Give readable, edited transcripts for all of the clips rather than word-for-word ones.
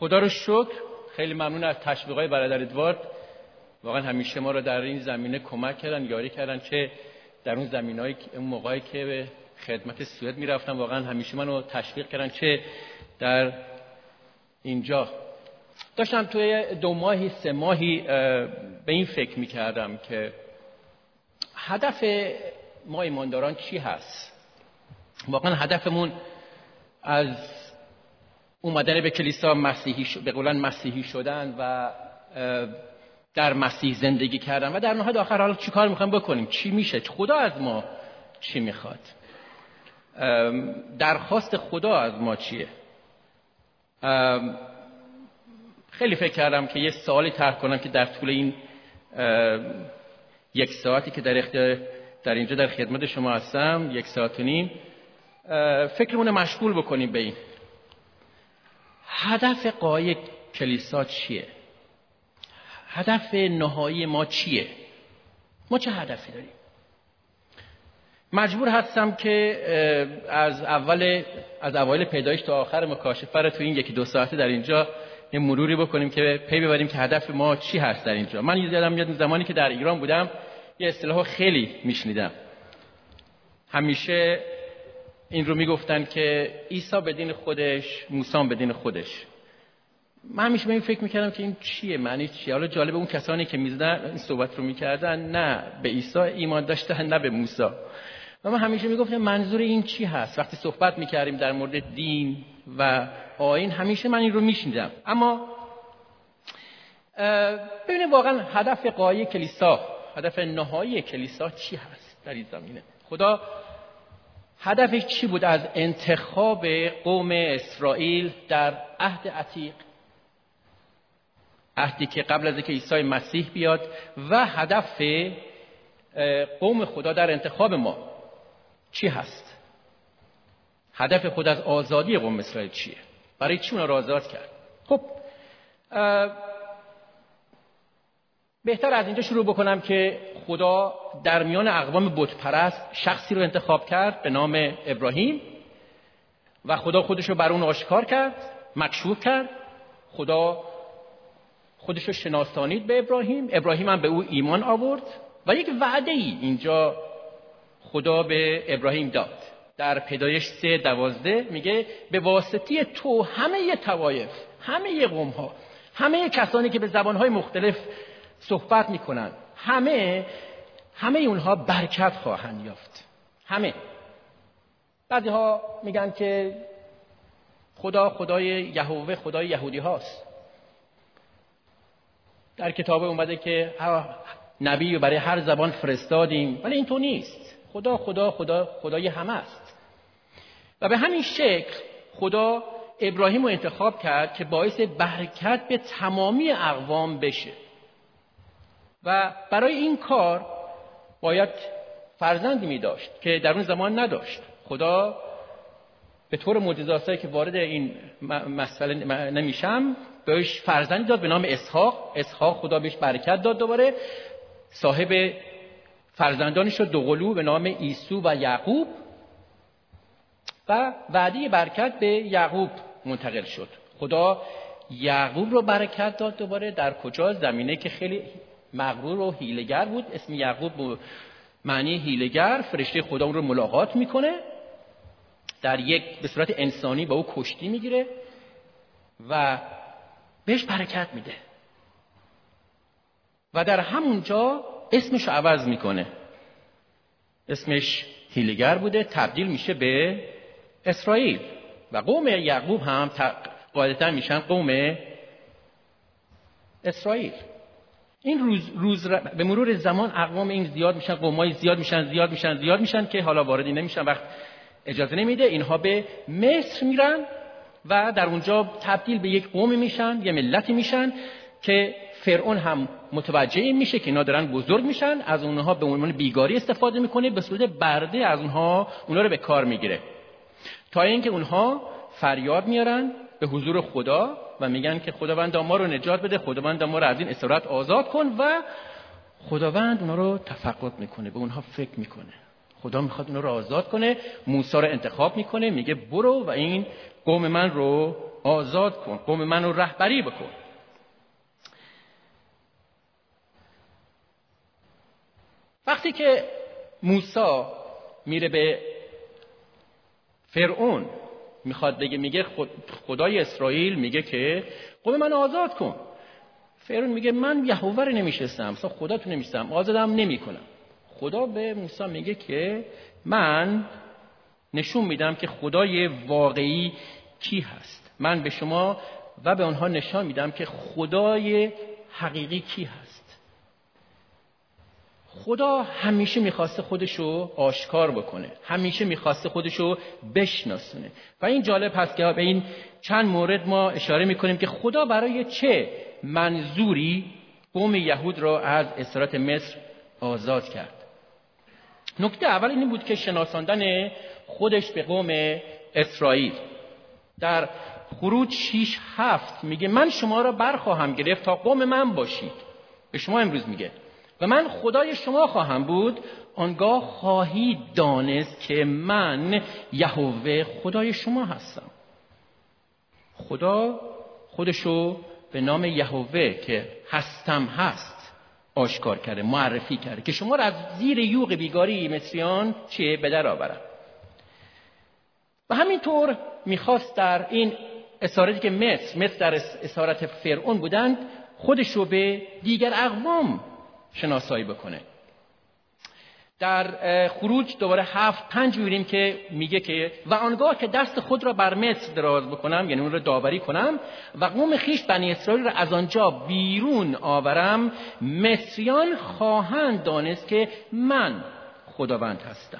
خدا رو شکر، خیلی ممنون از تشویقای برادر ادوارد. واقعا همیشه ما رو در این زمینه کمک کردن، یاری کردن، چه در اون زمینه‌ای اون موقعی که به خدمت سوئد میرفتم واقعا همیشه منو تشویق کردن، چه در اینجا. داشتم توی 2 ماهی 3 ماهی به این فکر میکردم که هدف ما ایمانداران چی هست. واقعا هدفمون از اومدن به کلیسا مسیحی به قولن مسیحی شدن و در مسیح زندگی کردن و در نهایت آخر حالا چی کار میخوایم بکنیم، چی میشه، خدا از ما چی میخواد، درخواست خدا از ما چیه. خیلی فکر کردم که یه سوالی طرح کنم که در طول این 1 ساعتی که در اینجا در خدمت شما هستم، 1 ساعت و نیم، فکرمون مشغول بکنیم به این هدف قای کلیسا چیه، هدف نهایی ما چیه، ما چه هدفی داریم. مجبور هستم که از اوایل پیدایش تا آخر مکاشفه رو تو این 1-2 ساعته در اینجا یه مروری بکنیم که پی ببریم که هدف ما چی هست در اینجا. من یادم میاد زمانی که در ایران بودم یه اصطلاح خیلی میشنیدم، همیشه این رو میگفتن که عیسی به دین خودش، موسی به دین خودش. من همیشه به این فکر میکردم که این چیه، معنی چیه. حالا جالب اون کسانی که میزدن این صحبت رو میکردن نه به عیسی ایمان داشتن نه به موسی. و من همیشه میگفتم منظور این چی هست. وقتی صحبت میکردیم در مورد دین و آیین همیشه من این رو میشنیدم. اما ببینید واقعا هدف قایی کلیسا، هدف نهایی کلیسا چی هست در این زمینه. خدا هدفش چی بود از انتخاب قوم اسرائیل در عهد عتیق، عهدی که قبل از اینکه عیسی مسیح بیاد، و هدف قوم خدا در انتخاب ما چی هست؟ هدف خود از آزادی قوم اسرائیل چیه؟ برای چی اونا رو آزاد کرد؟ خب بهتر از اینجا شروع بکنم که خدا در میان اقوام بت پرست شخصی رو انتخاب کرد به نام ابراهیم و خدا خودش رو بر اون آشکار کرد، مکشوف کرد. خدا خودش رو شناسانید به ابراهیم، ابراهیم هم به او ایمان آورد و یک وعده ای اینجا خدا به ابراهیم داد. در پیدایش 3:12 میگه به واسطه تو همه طوایف، همه قوم ها، همه کسانی که به زبانهای مختلف صحبت میکنن، همه اونها برکت خواهند یافت. همه. بعضی ها میگن که خدای یهوه خدای یهودی هاست. در کتاب اومده که نبی رو برای هر زبان فرستادیم، ولی این تو نیست. خدای همه است. و به همین شکل خدا ابراهیم رو انتخاب کرد که باعث برکت به تمامی اقوام بشه و برای این کار باید فرزندی می داشت که در اون زمان نداشت. خدا به طور معجزاتی که وارد این مسئله نمیشم بهش فرزندی داد به نام اسحاق خدا بهش برکت داد، دوباره صاحب فرزندانی شد 2 قلو به نام عیسو و یعقوب و وعده برکت به یعقوب منتقل شد. خدا یعقوب رو برکت داد دوباره در کجا؟ زمینه که خیلی مغرور و حیله‌گر بود. اسم یعقوب معنی حیله‌گر. فرشته خدا اون رو ملاقات میکنه، به صورت انسانی با او کشتی میگیره و بهش برکت میده و در همونجا اسمش رو عوض میکنه. اسمش حیله‌گر بوده، تبدیل میشه به اسرائیل و قوم یعقوب هم قاعدتا میشن قوم اسرائیل. این روز به مرور زمان اقوام این زیاد میشن، قومای زیاد میشن که حالا واردی نمیشن، وقت اجازه نمیده. اینها به مصر میرن و در اونجا تبدیل به یک قوم میشن، یه ملتی میشن که فرعون هم متوجه این میشه که اینا دارن بزرگ میشن، از اونها به عنوان بیگاری استفاده میکنه، به صورت برده از اونها رو به کار میگیره تا اینکه اونها فریاد میارن به حضور خدا و میگن که خداوند ما رو نجات بده، خداوند ما رو از این اسارت آزاد کن و خداوند اونا رو تفقد میکنه، به اونها فکر میکنه. خدا میخواد اونا رو آزاد کنه، موسی رو انتخاب میکنه، میگه برو و این قوم من رو آزاد کن، قوم منو رهبری بکن. وقتی که موسی میره به فرعون میخواد بگه، میگه خدای اسرائیل میگه که قوم منو آزاد کن. فرعون میگه من یهوه رو نمیشناسم، اصلا خداتو نمیشناسم، آزادم نمیکنم. خدا به موسی میگه که من نشون میدم که خدای واقعی کی هست. من به شما و به آنها نشان میدم که خدای حقیقی کی هست. خدا همیشه میخواسته خودشو آشکار بکنه، همیشه میخواسته خودشو بشناسونه و این جالب هست که به این چند مورد ما اشاره میکنیم که خدا برای چه منظوری قوم یهود را از اسارت مصر آزاد کرد. نکته اول این بود که شناساندن خودش به قوم اسرائیل. در خروج 6:7 میگه من شما را برخواهم گرفت تا قوم من باشید. به شما امروز میگه و من خدای شما خواهم بود، آنگاه خواهید دانست که من یهوه خدای شما هستم. خدا خودشو به نام یهوه که هستم هست آشکار کرده، معرفی کرده که شما را از زیر یوغ بیگاری مصریان چه به در آورد. و همینطور میخواست در این اسارتی که مصر در اسارت فرعون بودند خودشو به دیگر اقوام شناسایی بکنه. در خروج دوباره 7:5 می‌بینیم که میگه که و آنگاه که دست خود را بر مصر دراز بکنم، یعنی اون را داوری کنم و قوم خویش بنی اسرائیل را از آنجا بیرون آورم، مصریان خواهند دانست که من خداوند هستم.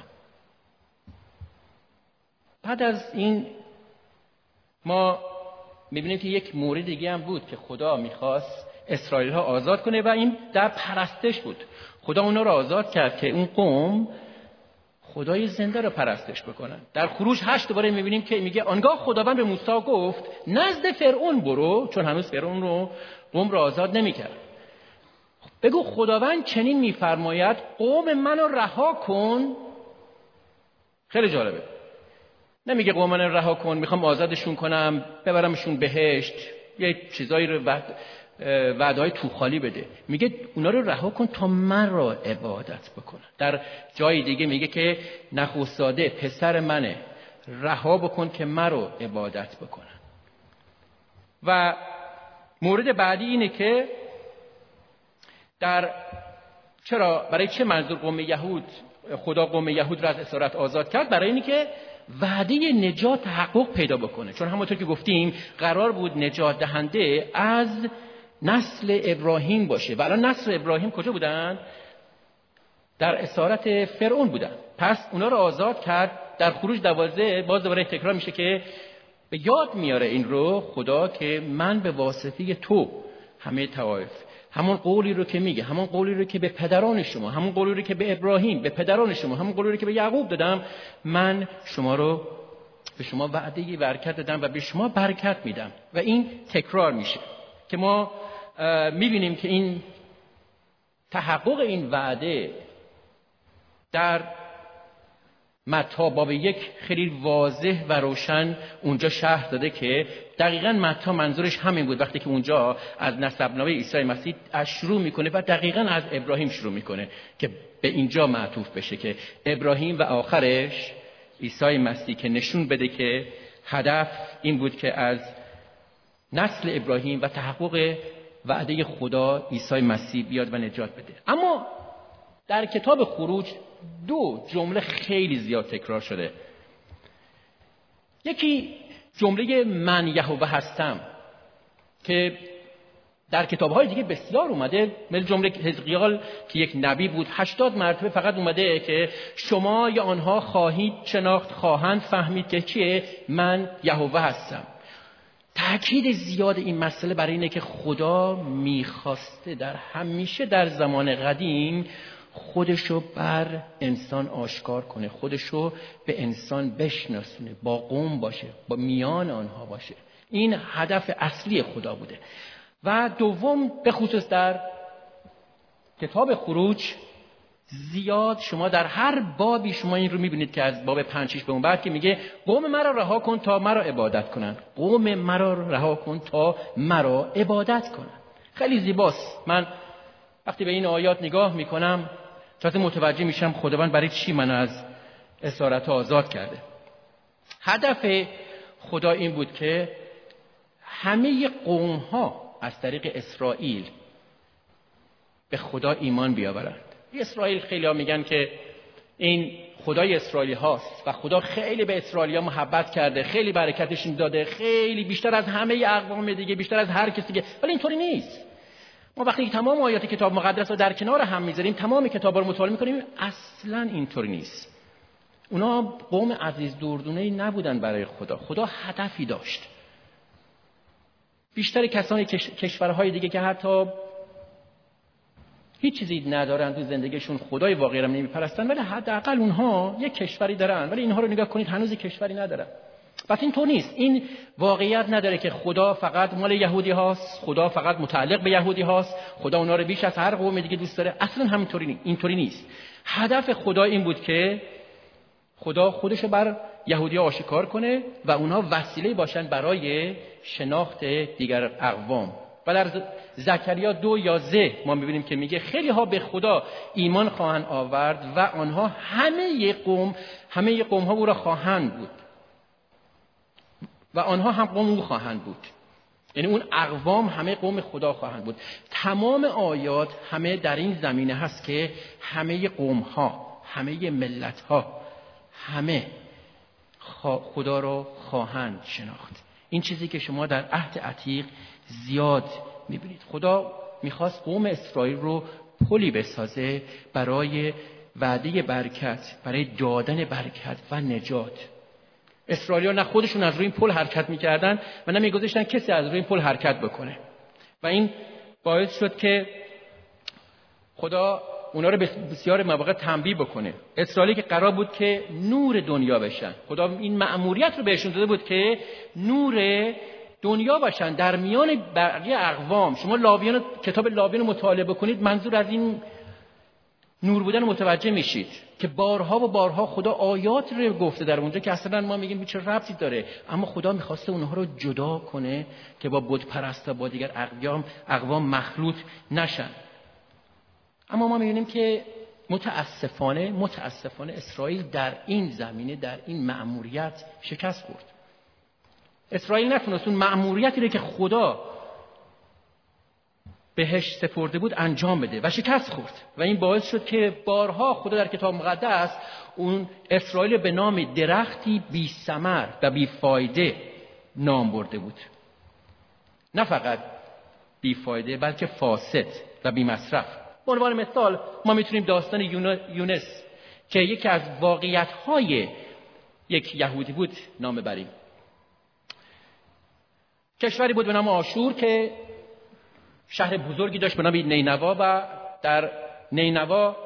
بعد از این ما می‌بینیم که یک مورد دیگه هم بود که خدا می‌خواست اسرائیل ها آزاد کنه و این در پرستش بود. خدا اونا رو آزاد کرد که اون قوم خدای زنده رو پرستش بکنن. در خروج 8 دوباره میبینیم که میگه آنگاه خداوند به موسی گفت نزد فرعون برو، چون هنوز فرعون رو قوم رو آزاد نمیکرد. بگو خداوند چنین میفرماید قوم منو رها کن. خیلی جالبه. نمیگه قوم منو رها کن میخوام آزادشون کنم ببرمشون بهشت، یه چیزایی رو وعده‌های توخالی بده. میگه اونا رو رها کن تا من را عبادت بکنن. در جای دیگه میگه که نخوستاده پسر منه، رها بکن که من رو عبادت بکنن. و مورد بعدی اینه که برای چه منظور خدا قوم یهود را از اسارت آزاد کرد؟ برای اینی که وعده نجات تحقق پیدا بکنه. چون همونطور که گفتیم قرار بود نجات دهنده از نسل ابراهیم باشه و الان نسل ابراهیم کجا بودن؟ در اسارت فرعون بودن. پس اونا رو آزاد کرد. در خروج 12 باز دوباره تکرار میشه که به یاد میاره این رو خدا که من به واسطه تو همه طوایف، همون قولی رو که میگه، همون قولی رو که به پدران شما، همون قولی رو که به ابراهیم به پدران شما، همون قولی رو که به یعقوب دادم، من شما رو به شما وعده برکت دادم و به شما برکت میدم. و این تکرار میشه که ما میبینیم که این تحقق این وعده در متی باب 1 خیلی واضح و روشن اونجا شرح داده که دقیقاً متی منظورش همین بود. وقتی که اونجا از نسب‌نامه عیسی مسیح شروع میکنه و دقیقاً از ابراهیم شروع میکنه که به اینجا معطوف بشه که ابراهیم و آخرش عیسی مسیح، که نشون بده که هدف این بود که از نسل ابراهیم و تحقق وعده خدا عیسی مسیح بیاد و نجات بده. اما در کتاب خروج 2 جمله خیلی زیاد تکرار شده. یکی جمله من یهوه هستم که در کتاب‌های دیگه بسیار اومده، مثل جمله حزقیال که یک نبی بود 80 مرتبه فقط اومده که شما یا آنها خواهید شناخت، خواهند فهمید که چیه من یهوه هستم. تأکید زیاد این مسئله برای اینه که خدا میخواسته همیشه در زمان قدیم خودشو بر انسان آشکار کنه، خودشو به انسان بشناسونه، با قوم باشه، با میان آنها باشه. این هدف اصلی خدا بوده. و دوم به خصوص در کتاب خروج زیاد شما در هر بابی شما این رو میبینید که از باب 5-6 به اون بعد که میگه قوم مرا رها کن تا مرا عبادت کنن. قوم مرا رها کن تا مرا عبادت کنن. خیلی زیباست. من وقتی به این آیات نگاه میکنم تازه متوجه میشم خداوند برای چی منو از اسارت آزاد کرده. هدف خدا این بود که همه قوم ها از طریق اسرائیل به خدا ایمان بیاورند. اسرائیل خیلی ها میگن که این خدای اسرائیلی هاست و خدا خیلی به اسرائیلی ها محبت کرده، خیلی برکتشون داده، خیلی بیشتر از همه اقوام دیگه، بیشتر از هر کسی دیگه. ولی اینطوری نیست. ما وقتی تمام آیات کتاب مقدس رو در کنار هم میذاریم، تمام کتابا رو مطالعه میکنیم، اصلا اینطوری نیست. اونا قوم عزیز دردونه‌ای نبودن برای خدا. خدا هدفی داشت. بیشتر کسانی کشورهای دیگه که حتی هیچ چیزی ندارن تو زندگیشون، خدای واقعی رو نمیپرستن، ولی حداقل اونها یک کشوری دارن. ولی اینها رو نگاه کنید هنوز یک کشوری ندارن. پس این طور نیست. این واقعیت نداره که خدا فقط مال یهودی هاست، خدا فقط متعلق به یهودی هاست، خدا اونا رو بیش از هر قوم دیگه دوست داره. اصلا همینطوری اینطوری نیست. هدف خدا این بود که خدا خودشو بر یهودی آشکار کنه و اونها وسیله باشن برای شناخت دیگر اقوام. و در زکریا 2:11 ما می‌بینیم که میگه خیلی ها به خدا ایمان خواهند آورد و آنها همه قوم ها او را خواهند بود و آنها هم قوم او خواهند بود. یعنی اون اقوام همه قوم خدا خواهند بود. تمام آیات همه در این زمینه هست که همه قوم ها، همه ملت ها، همه خدا را خواهند شناخت. این چیزی که شما در عهد عتیق زیاد میبینید. خدا میخواست قوم اسرائیل رو پلی بسازه برای وعده برکت، برای دادن برکت و نجات. اسرائیلی‌ها نه خودشون از روی این پل حرکت میکردن و نه میگذاشتن کسی از روی این پل حرکت بکنه و این باعث شد که خدا اونا رو بسیار مواقع تنبیه بکنه. اسرائیلی که قرار بود که نور دنیا بشن، خدا این مأموریت رو بهشون داده بود که نور دنیا باشن در میان بقیه اقوام. شما کتاب لاویان مطالعه بکنید، منظور از این نور بودن متوجه میشید که بارها و بارها خدا آیات رو گفته در اونجا که اصلا ما میگیم چه ربطی داره، اما خدا میخواسته اونها رو جدا کنه که با بت پرستا با دیگر اقوام مخلوط نشن. اما ما میبینیم که متاسفانه اسرائیل در این زمینه، در این مأموریت شکست خورد. اسرائیل نتونست اون مأموریتی رو که خدا بهش سپرده بود انجام بده و شکست خورد و این باعث شد که بارها خدا در کتاب مقدس اون اسرائیل به نام درختی بی ثمر و بی فایده نام برده بود. نه فقط بی فایده بلکه فاسد و بی مصرف. به عنوان مثال ما میتونیم داستان یونس که یکی از واقعیت‌های یک یهودی بود نام بریم. کشوری بود به نام آشور که شهر بزرگی داشت به نام نینوا و در نینوا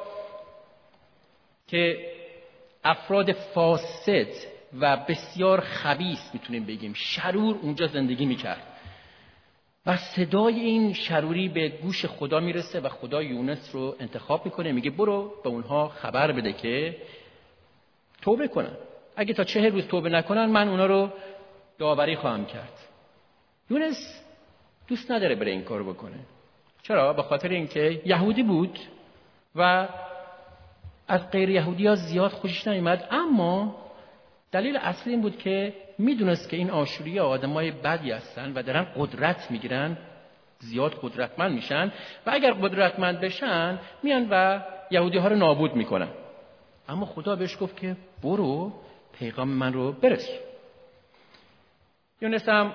که افراد فاسد و بسیار خبیث میتونیم بگیم شرور اونجا زندگی میکرد و صدای این شروری به گوش خدا میرسه و خدا یونس رو انتخاب میکنه، میگه برو به اونها خبر بده که توبه کنن، اگه تا 40 روز توبه نکنن من اونا رو داوری خواهم کرد. یونس دوست نداره بره این کارو بکنه. چرا؟ به خاطر اینکه یهودی بود و از غیر یهودی‌ها زیاد خوشش نمیاد، اما دلیل اصلی این بود که میدونست که این آشوری‌ها آدمای بدی هستن و دارن قدرت میگیرن، زیاد قدرتمند میشن و اگر قدرتمند بشن میان و یهودی‌ها رو نابود میکنن. اما خدا بهش گفت که برو پیغام من رو برس. یونس هم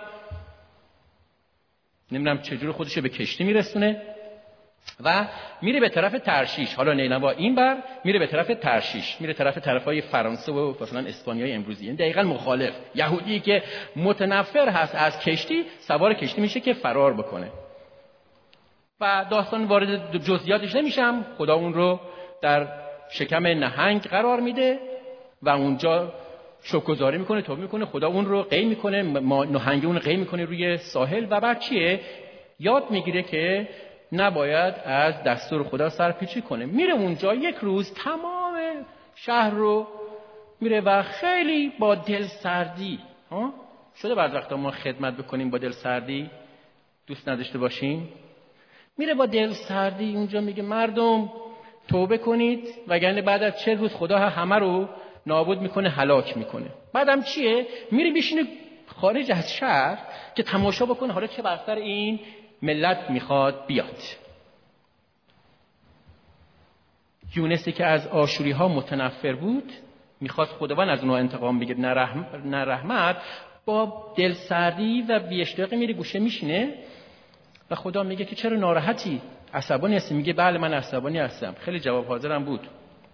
نمیدونم چجور خودش به کشتی میرسونه و میره به طرف ترشیش. حالا نینوا این بر میره به طرف ترشیش، میره طرفای فرانسه و مثلا اسپانیای امروزی. این دقیقاً مخالف. یهودی که متنفر هست از کشتی سوار کشتی میشه که فرار بکنه و داستان وارد جزئیاتش نمیشم. خدا اون رو در شکم نهنگ قرار میده و اونجا شکرگزاری میکنه، توبه میکنه، خدا اون رو قی میکنه، نهنگ اون رو قی میکنه روی ساحل و بعد چیه؟ یاد میگیره که نباید از دستور خدا سرپیچی کنه. میره اونجا یک روز تمام شهر رو میره و خیلی با دل سردی شده بعض وقتا ما خدمت بکنیم با دل سردی دوست نداشته باشیم. میره با دل سردی اونجا میگه مردم توبه کنید وگرنه بعد از 40 روز خدا همه رو نابود میکنه، هلاک میکنه. بعدم چیه؟ میره میشینه خارج از شهر که تماشا بکنه حالا چه بر سر این ملت میخواد بیاد. یونسی که از آشوری ها متنفر بود، میخواد خداوند از اونها انتقام بگیره، نه رحمت، با دل سردی و بی‌اشتیاقی میره گوشه میشینه و خدا میگه که چرا ناراحتی؟ عصبانی هستی؟ میگه بله من عصبانی هستم. خیلی جواب حاضرم بود.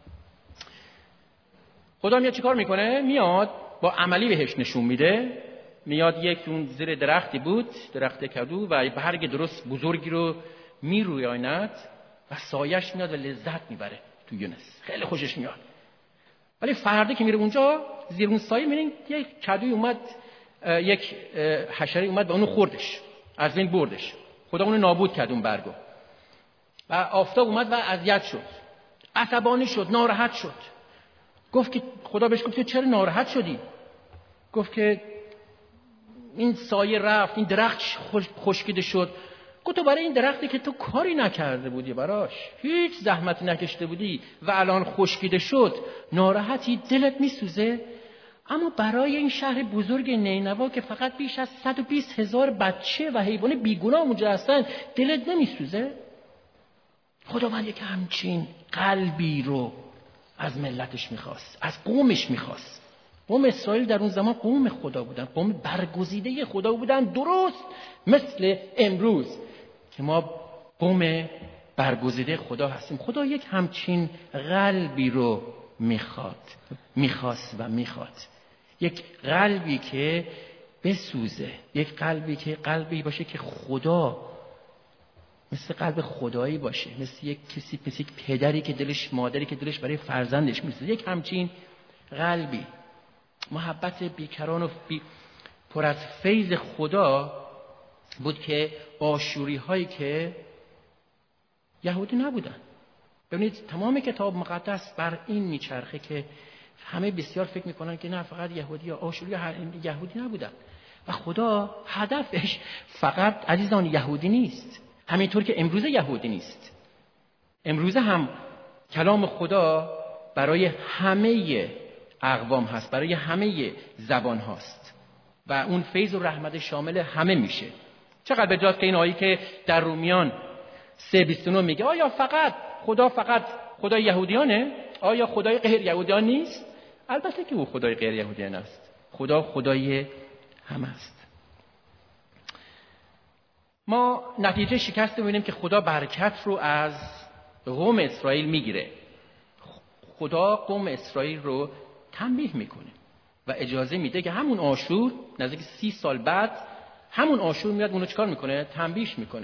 خدا میاد چیکار میکنه؟ میاد با عملی بهش نشون میده. میاد یک اون زیر درختی بود، درخت کدو، و برگ درست بزرگی رو میرویاند و سایش میاد و لذت میبره تو یونس. خیلی خوشش میاد. ولی فردا که میره اونجا زیر اون سایه میبینید یک کدوی اومد، یک حشره اومد و اونو خوردش، از بین بردش. خدا اونو نابود کرد اون برگو. و آفتاب اومد و اذیت شد، عصبانی شد، ناراحت شد. گفت که خدا بهش گفت که چرا ناراحت شدی؟ گفت که این سایه رفت، این درخت خشکیده شد. گفت تو برای این درختی که تو کاری نکرده بودی براش، هیچ زحمتی نکشیده بودی و الان خشکیده شد، ناراحتی، دلت میسوزه؟ اما برای این شهر بزرگ نینوا که فقط بیش از 120,000 بچه و حیوان بیگناه اونجا هستن، دلت نمیسوزه؟ خداوند یک همچین قلبی رو از ملتش میخواست، از قومش میخواست. قوم اسرائیل در اون زمان قوم خدا بودن، قوم برگزیده خدا بودن، درست مثل امروز که ما قوم برگزیده خدا هستیم. خدا یک همچین قلبی رو میخواست و میخواد. یک قلبی که بسوزه، یک قلبی باشه که خدا مثل قلب خدایی باشه، مثل یک کسی، مثل یک پدری که دلش، مادری که دلش برای فرزندش میسوزه. یک همچین قلبی، محبت بیکران و پر از فیض خدا بود که آشوری هایی که یهودی نبودن. ببینید تمام کتاب مقدس بر این میچرخه که همه بسیار فکر میکنن که نه فقط یهودی یا آشوری یهودی نبودن و خدا هدفش فقط عزیزان یهودی نیست، همینطور که امروز یهودی نیست. امروز هم کلام خدا برای همه اقوام هست، برای همه زبان هست و اون فیض و رحمت شامل همه میشه. چقدر بجاست که این آیه که در رومیان 3:29 میگه آیا فقط خدای یهودیانه؟ آیا خدای غیر یهودیان نیست؟ البته که او خدای غیر یهودیان است. خدا خدای همه است. ما نتیجه شکست می‌بینیم که خدا برکت رو از قوم اسرائیل میگیره. خدا قوم اسرائیل رو تنبیه میکنه و اجازه میده که همون آشور نزدیک 30 سال بعد همون آشور میاد اونو چکار میکنه؟ تنبیهش میکنه.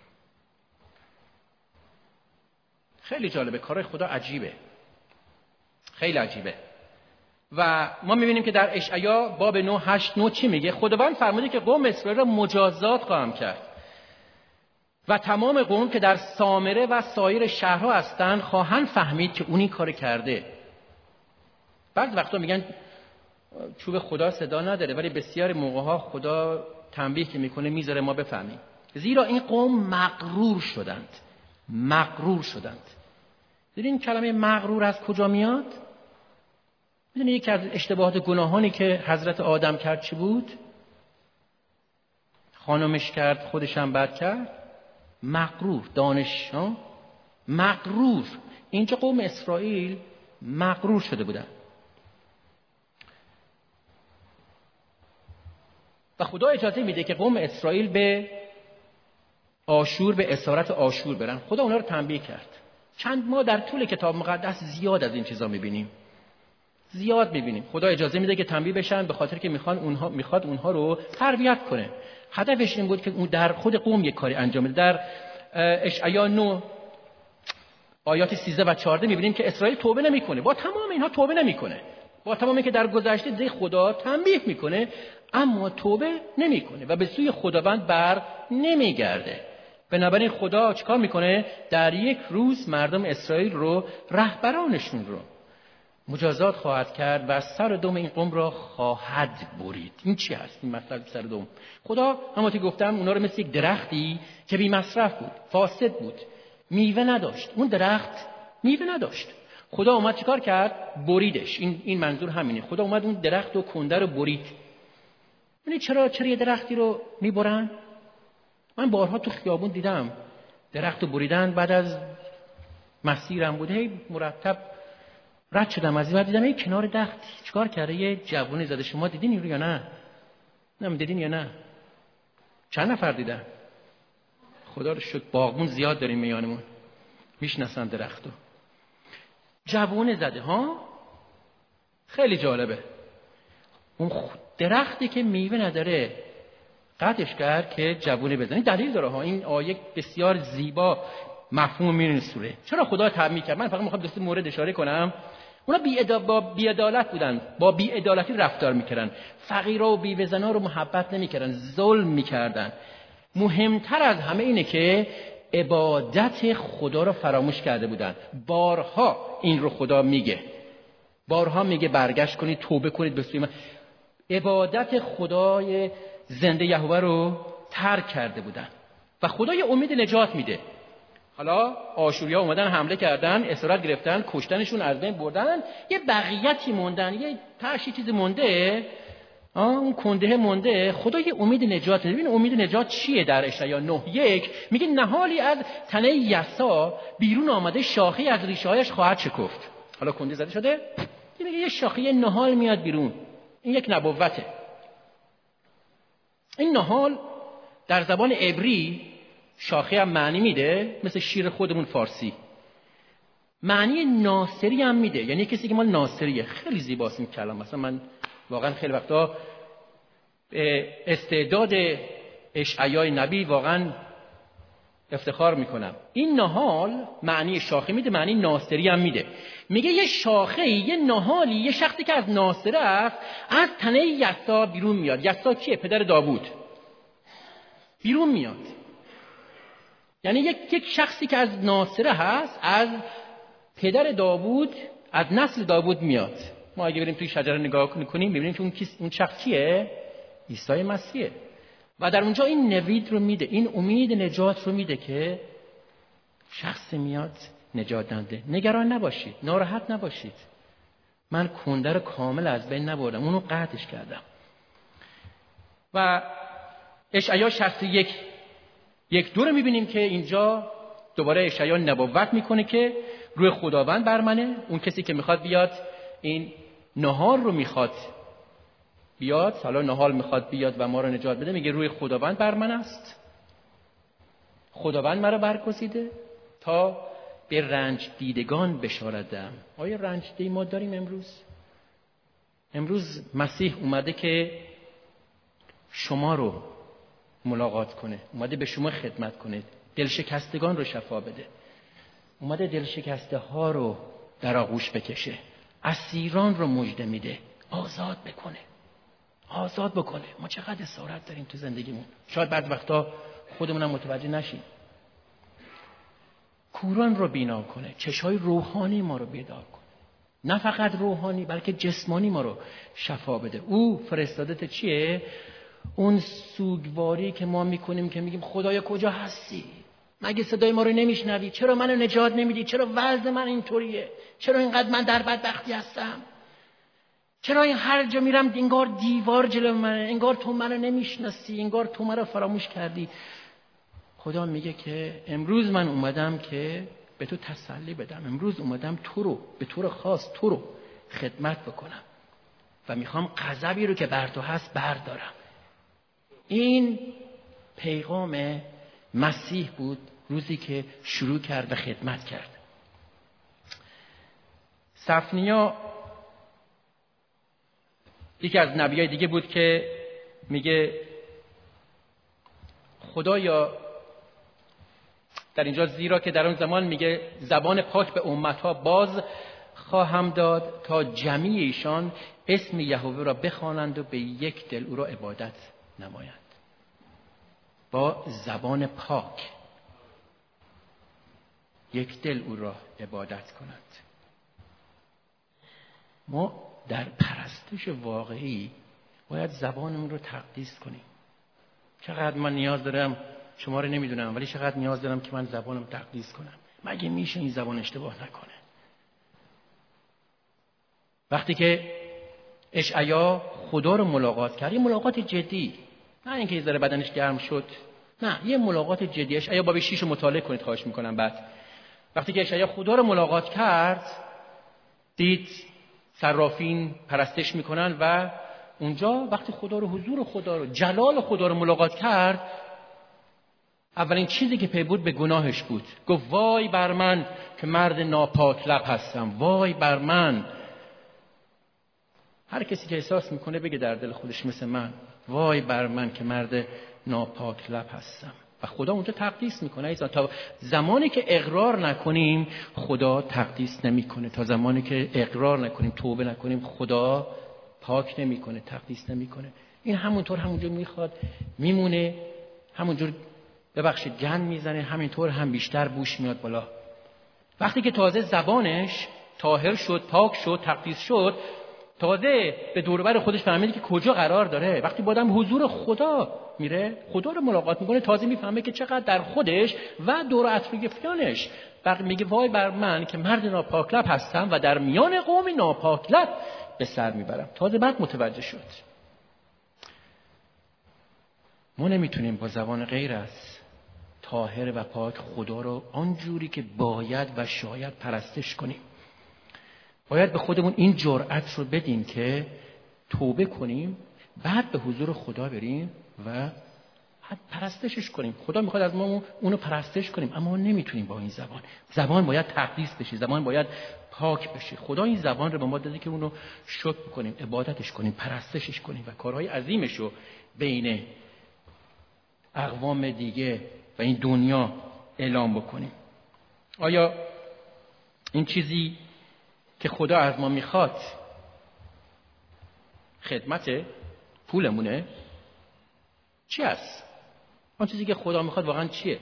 خیلی جالبه، کارای خدا عجیبه، خیلی عجیبه. و ما میبینیم که در اشعیا باب 9:8 چی میگه؟ خداوند فرموده که قوم اسرائیل را مجازات خواهم کرد و تمام قوم که در سامره و سایر شهرها هستند خواهند فهمید که اون این کار کرده. بعض وقتا میگن چوب خدا صدا نداره، ولی بسیار موقعها خدا تنبیه که میکنه میذاره ما بفهمیم. زیرا این قوم مغرور شدند. دیدین کلمه مغرور از کجا میاد؟ میدونی یکی از اشتباهات گناهانی که حضرت آدم کرد چی بود؟ خانمش کرد، خودش هم بد کرد. مغرور. اینجا قوم اسرائیل مغرور شده بودن و خدا اجازه میده که قوم اسرائیل به اسارت آشور برن. خدا اونا رو تنبیه کرد. ما در طول کتاب مقدس زیاد از این چیزا میبینیم. خدا اجازه میده که تنبیه بشن به خاطر که میخواد اونها رو تربیت کنه. هدفش این بود که اون در خود قوم یک کاری انجام بده. در اشعیا 9 آیات 13 و 14 میبینیم که اسرائیل توبه نمیکنه. با تمام اینها توبه نمیکنه. با تمامی که در گذشته دیگه خدا تنبیه میکنه، اما توبه نمیکنه و به سوی خداوند بر نمیگرده. بنابراین خدا چیکار میکنه؟ در یک روز مردم اسرائیل رو، رهبرانشون رو مجازات خواهد کرد و سر و دم این قوم را خواهد برید. این چی هست این مطلب سر و دم؟ خدا همونطور که گفتم اونا رو مثل یک درختی که بی مصرف بود، فاسد بود، میوه نداشت. اون درخت میوه نداشت. خدا اومد چیکار کرد؟ بریدش. این منظور همینه. خدا اومد اون درخت و کنده رو برید. یعنی چرا یه درختی رو میبرن؟ من بارها تو خیابون دیدم درخت رو بریدن. بعد از مسیرم بود هی مرتب رد شدم از این، دیدم این کنار درخت چیکار کرده؟ یه جوونی زده. شما دیدین این رو یا نه؟ دیدین یا نه؟ چند نفر دیدن؟ خدا رو شکر باغبون زیاد داریم میانمون، میشناسن درختو. جوونه زده ها. خیلی جالبه. اون درختی که میوه نداره قطعش کرد که جوونه بزنه. دلیل داره ها. این آیه بسیار زیبا مفهوم میرین سوره. چرا خدا تبعیض کرد؟ من فقط میخوام دو سه مورد اشاره کنم. اونا با بی‌عدالت بودن، با بی‌عدالتی رفتار میکردن، فقیرا و بیوه‌زنا رو محبت نمیکردن، ظلم میکردن. مهمتر از همه اینه که عبادت خدا رو فراموش کرده بودن. بارها این رو خدا میگه، بارها میگه برگشت کنید، توبه کنید به سوی من. عبادت خدای زنده یهوه رو ترک کرده بودن و خدا یه امید نجات میده. حالا آشوریا اومدن حمله کردن، اسارت گرفتن، کشتنشون، از بین بردن، یه بقیتی موندن، یه تاشی چیزی مونده، اون کنده مونده. خدا یه امید نجات میده. ببین امید نجات چیه؟ در اشعیا 9:1 میگه نهالی از تنه یسا بیرون آمده، شاخه از ریشه‌هایش خواهد شکفت. حالا کنده زده شده، میگه یه شاخه نهال میاد بیرون. این یک نبوته. این نهال در زبان عبری شاخه هم معنی میده، مثل شیر خودمون فارسی. معنی ناصری هم میده، یعنی کسی که مال ناصریه. خیلی زیباست این کلام. مثلا من واقعا خیلی وقتا استعداد اشعیای نبی واقعا افتخار میکنم. این نهال معنی شاخه میده، معنی ناصری هم میده. میگه یه شاخه، یه نهالی، یه شخصی که از ناصره است، از تنه یسا بیرون میاد. یسا کیه؟ پدر داوود. بیرون میاد. یعنی یک شخصی که از ناصره هست، از پدر داوود، از نسل داوود میاد. ما اگه بریم توی شجره نگاه کنیم میبینیم که اون شخص کیه؟ عیسی مسیحه. و در اونجا این نوید رو میده، این امید نجات رو میده که شخص میاد نجات دهنده. نگران نباشید، ناراحت نباشید. من کنده رو کامل از بین نبردم، اونو قطعش کردم. و اشعیا 61:1-2 رو میبینیم که اینجا دوباره اشعیا نبوت میکنه که روح خداوند بر منه. اون کسی که میخواد بیاد این نهال رو میخواد بیاد، حالا نهال میخواد بیاد و ما رو نجات بده، میگه روح خداوند بر من است. خداوند مرا برگزیده تا به رنج دیدگان بشارت دهم. آیا رنج دیده ما داریم امروز مسیح اومده که شما رو ملاقات کنه، اومده به شما خدمت کنه، دلشکستگان رو شفا بده، اومده دلشکسته ها رو در آغوش بکشه، اسیران رو مژده میده، آزاد بکنه. ما چقدر اسارت داریم تو زندگیمون، شاید بعد وقتا خودمونم متوجه نشیم. کوران رو بینا کنه، چشای روحانی ما رو بیدار کنه، نه فقط روحانی بلکه جسمانی ما رو شفا بده. او فرستادت چیه؟ اون سوگواری که ما میکنیم که میگیم خدایا کجا هستی؟ مگه صدای ما رو نمیشنوی؟ چرا منو نجات نمیدی؟ چرا وضع من اینطوریه؟ چرا اینقدر من در بدبختی هستم؟ چرا این هر جا میرم انگار دیوار جلو منه، انگار تو منو نمیشناسی، انگار تو منو فراموش کردی. خدا میگه که امروز من اومدم که به تو تسلی بدم، امروز اومدم تو رو به طور خاص تو رو خدمت بکنم و میخوام غضبی رو که بر تو هست بردارم. این پیغام مسیح بود روزی که شروع کرد و خدمت کرد. صفنیا یکی از نبیای دیگه بود که میگه خدایا در اینجا، زیرا که در اون زمان میگه زبان پاک به امتها باز خواهم داد تا جمیع ایشان اسم یهوه را بخوانند و به یک دل او را عبادت نمایند. با زبان پاک یک دل او را عبادت کنند. ما در پرستش واقعی باید زبانمون رو تقدیس کنیم. چقدر من نیاز دارم، شما رو نمیدونم، ولی چقدر نیاز دارم که من زبانم تقدیس کنم. مگه میشه این زبان اشتباه نکنه؟ وقتی که اشعیا خدا رو ملاقات کرد، یه ملاقات جدی، نه اینکه یه ذره بدنش گرم شد، نه، یه ملاقات جدی. اشعیا باب 6 رو مطالعه کنید خواهش میکنم. بعد وقتی که اشعیا خدا رو ملاقات کرد، دید صرافین پرستش میکنن و اونجا وقتی خدا رو، حضور خدا رو، جلال خدا رو ملاقات کرد، اولین چیزی که پی بود به گناهش بود. گفت وای بر من که مرد ناپاک لب هستم، وای بر من. هر کسی که احساس میکنه بگه در دل خودش مثل من، وای بر من که مرد ناپاک لب هستم. و خدا اونجا تقدیس میکنه. تا زمانی که اقرار نکنیم خدا تقدیس نمیکنه. تا زمانی که اقرار نکنیم، توبه نکنیم، خدا پاک نمیکنه، تقدیس نمیکنه. این همونجور میخواد میمونه، همونجور ببخشید گند میزنه، همینطور هم بیشتر بوش میاد بالا. وقتی که تازه زبانش طاهر شد، پاک شد، تقدیس شد، تازه به دور و بر خودش فهمید که کجا قرار داره. وقتی با آدم حضور خدا میره، خدا رو ملاقات میکنه، تازه میفهمه که چقدر در خودش و دور و اطرافیانش میگه وای بر من که مرد ناپاک لب هستم و در میان قوم ناپاک لب به سر میبرم. تازه بعد متوجه شد. ما نمیتونیم با زبان غیر از طاهر و پاک خدا رو آنجوری که باید و شاید پرستش کنیم. باید به خودمون این جرأت رو بدیم که توبه کنیم، بعد به حضور خدا بریم و پرستشش کنیم. خدا میخواد از ما اونو پرستش کنیم، اما ما نمیتونیم با این زبان. زبان باید تقدیس بشه، زبان باید پاک بشه. خدا این زبان رو به ما داده که اونو شکر کنیم، عبادتش کنیم، پرستشش کنیم و کارهای عظیمش رو بین اقوام دیگه و این دنیا اعلام بکنیم. آیا این چیزی که خدا از ما میخواد خدمت پولمونه؟ چی است؟ آن چیزی که خدا میخواد واقعا چیه؟